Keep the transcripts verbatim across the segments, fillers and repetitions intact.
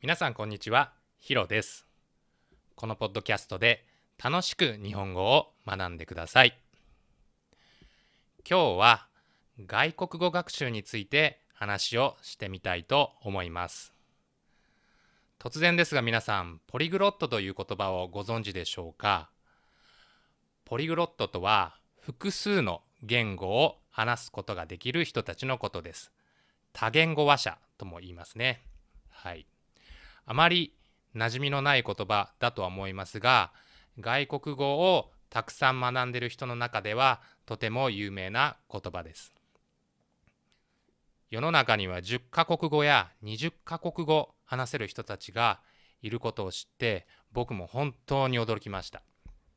皆さんこんにちは、ヒロです。このポッドキャストで楽しく日本語を学んでください。今日は外国語学習について話をしてみたいと思います。突然ですが皆さん、ポリグロットという言葉をご存知でしょうか？ポリグロットとは複数の言語を話すことができる人たちのことです。多言語話者とも言いますね。はい。あまり馴染みのない言葉だとは思いますが、外国語をたくさん学んでいる人の中ではとても有名な言葉です。世の中にはじゅっカ国語やにじゅっカ国語話せる人たちがいることを知って、僕も本当に驚きました。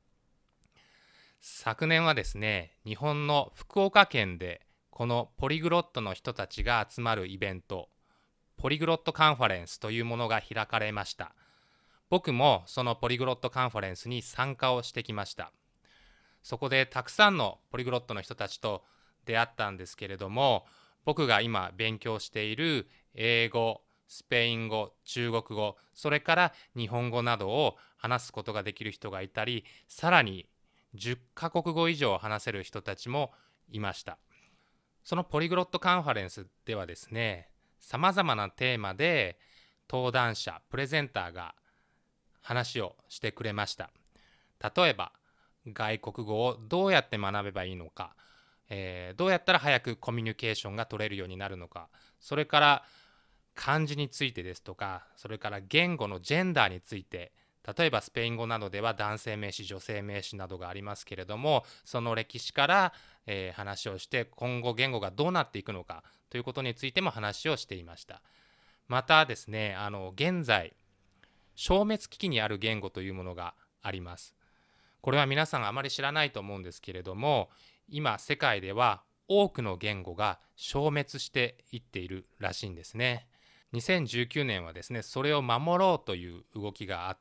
昨年はですね、日本の福岡県でこのポリグロットの人たちが集まるイベント、ポリグロットカンファレンスというものが開かれました。僕もそのポリグロットカンファレンスに参加をしてきました。そこでたくさんのポリグロットの人たちと出会ったんですけれども、僕が今勉強している英語、スペイン語、中国語、それから日本語などを話すことができる人がいたり、さらにじゅっカ国語以上話せる人たちもいました。そのポリグロットカンファレンスではですね、さまざまなテーマで登壇者、プレゼンターが話をしてくれました。例えば、外国語をどうやって学べばいいのか、えー、どうやったら早くコミュニケーションが取れるようになるのか、それから漢字についてですとか、それから言語のジェンダーについて、例えばスペイン語などでは男性名詞、女性名詞などがありますけれども、その歴史から、えー、話をして今後言語がどうなっていくのかということについても話をしていました。またですね、あの現在消滅危機にある言語というものがあります。これは皆さんあまり知らないと思うんですけれども、今世界では多くの言語が消滅していっているらしいんですね。にせんじゅうきゅうねんはですね、それを守ろうという動きがあって、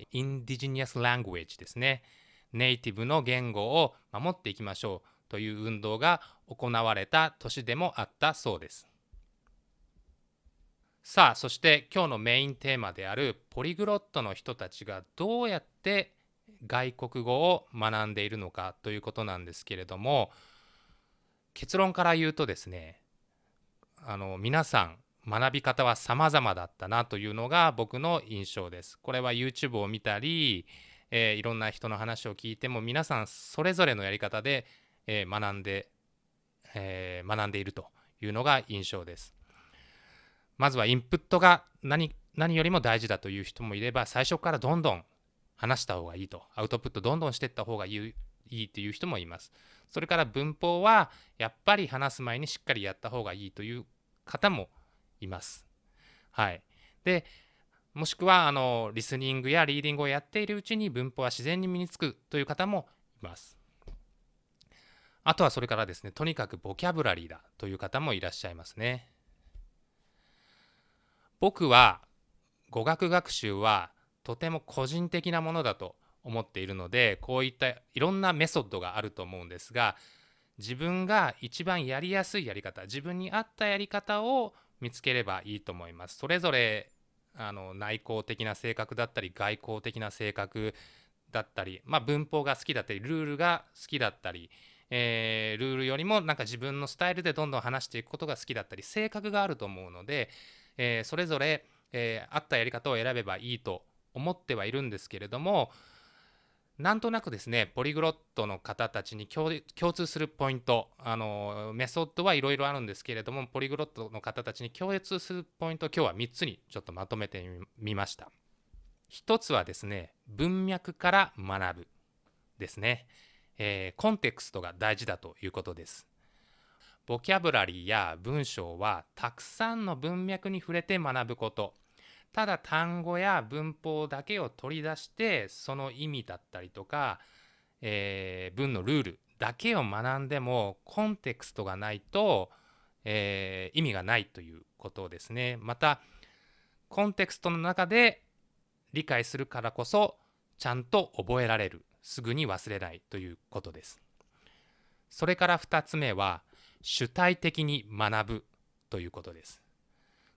インディジニアス・ラングエッジですね、ネイティブの言語を守っていきましょうという運動が行われた年でもあったそうです。さあ、そして今日のメインテーマであるポリグロットの人たちがどうやって外国語を学んでいるのかということなんですけれども、結論から言うとですね、あの皆さん学び方は様々だったなというのが僕の印象です。これは YouTube を見たり、えー、いろんな人の話を聞いても皆さんそれぞれのやり方で、えー、学んで、えー、学んでいるというのが印象です。まずはインプットが 何, 何よりも大事だという人もいれば、最初からどんどん話した方がいいと、アウトプットどんどんしていった方がいいいいという人もいます。それから文法はやっぱり話す前にしっかりやった方がいいという方もいます。はい。で、もしくはあのリスニングやリーディングをやっているうちに文法は自然に身につくという方もいます。あとはそれからですね、とにかくボキャブラリーだという方もいらっしゃいますね。僕は語学学習はとても個人的なものだと思っているので、こういったいろんなメソッドがあると思うんですが、自分が一番やりやすいやり方、自分に合ったやり方を見つければいいと思います。それぞれあの内向的な性格だったり外向的な性格だったり、まあ、文法が好きだったりルールが好きだったり、えー、ルールよりもなんか自分のスタイルでどんどん話していくことが好きだったり、性格があると思うので、えー、それぞれ、えー、合ったやり方を選べばいいと思ってはいるんですけれども、なんとなくですね、ポリグロットの方たちに 共, 共通するポイント、あのメソッドはいろいろあるんですけれども、ポリグロットの方たちに共通するポイントを今日はみっつにちょっとまとめてみました。ひとつはですね、文脈から学ぶですね、えー、コンテクストが大事だということです。ボキャブラリーや文章はたくさんの文脈に触れて学ぶこと。ただ単語や文法だけを取り出してその意味だったりとか、えー、文のルールだけを学んでもコンテクストがないと、えー、意味がないということですね。またコンテクストの中で理解するからこそちゃんと覚えられる、すぐに忘れないということです。それからふたつめは主体的に学ぶということです。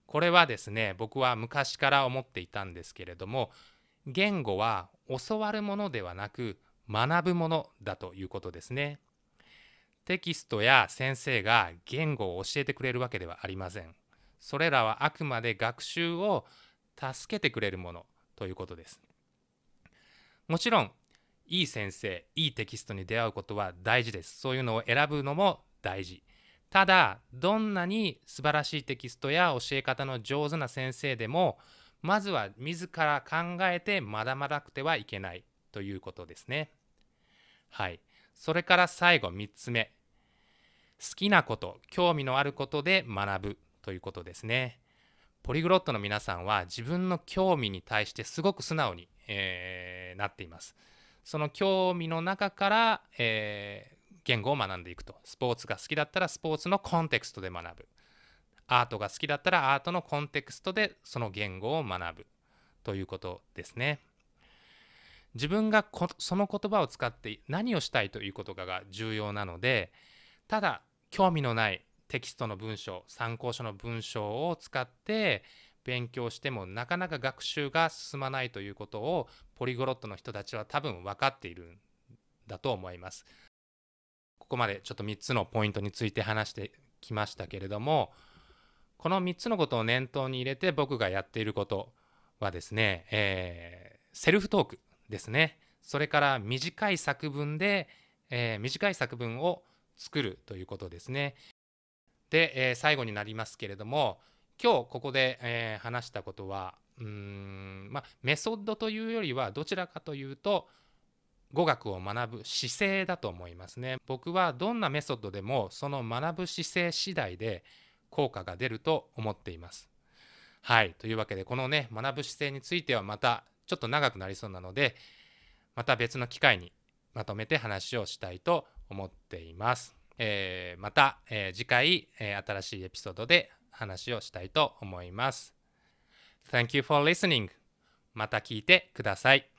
これはですね、僕は昔から思っていたんですけれども、言語は教わるものではなく学ぶものだということですね。テキストや先生が言語を教えてくれるわけではありません。それらはあくまで学習を助けてくれるものということです。もちろん、いい先生、いいテキストに出会うことは大事です。そういうのを選ぶのも大事。ただ、どんなに素晴らしいテキストや教え方の上手な先生でも、まずは自ら考えて学ばなくてはいけないということですね。はい。それから最後みっつめ。好きなこと、興味のあることで学ぶということですね。ポリグロットの皆さんは自分の興味に対してすごく素直に、えーなっています。その興味の中から、えー言語を学んでいくと。スポーツが好きだったらスポーツのコンテクストで学ぶ。アートが好きだったらアートのコンテクストでその言語を学ぶということですね。自分がこその言葉を使って何をしたいということが重要なので、ただ興味のないテキストの文章、参考書の文章を使って勉強してもなかなか学習が進まないということをポリグロットの人たちは多分分かっているんだと思います。ここまでちょっとみっつのポイントについて話してきましたけれども、このみっつのことを念頭に入れて僕がやっていることはですね、えーセルフトークですね。それから短い作文で、えー短い作文を作るということですね。で、えー最後になりますけれども、今日ここで、えー話したことはうーん、まあ、メソッドというよりはどちらかというと語学を学ぶ姿勢だと思いますね。僕はどんなメソッドでもその学ぶ姿勢次第で効果が出ると思っています。はい。というわけでこのね、学ぶ姿勢についてはまたちょっと長くなりそうなので、また別の機会にまとめて話をしたいと思っています。えーまた、えー次回、えー新しいエピソードで話をしたいと思います。Thank you for listening. また聞いてください。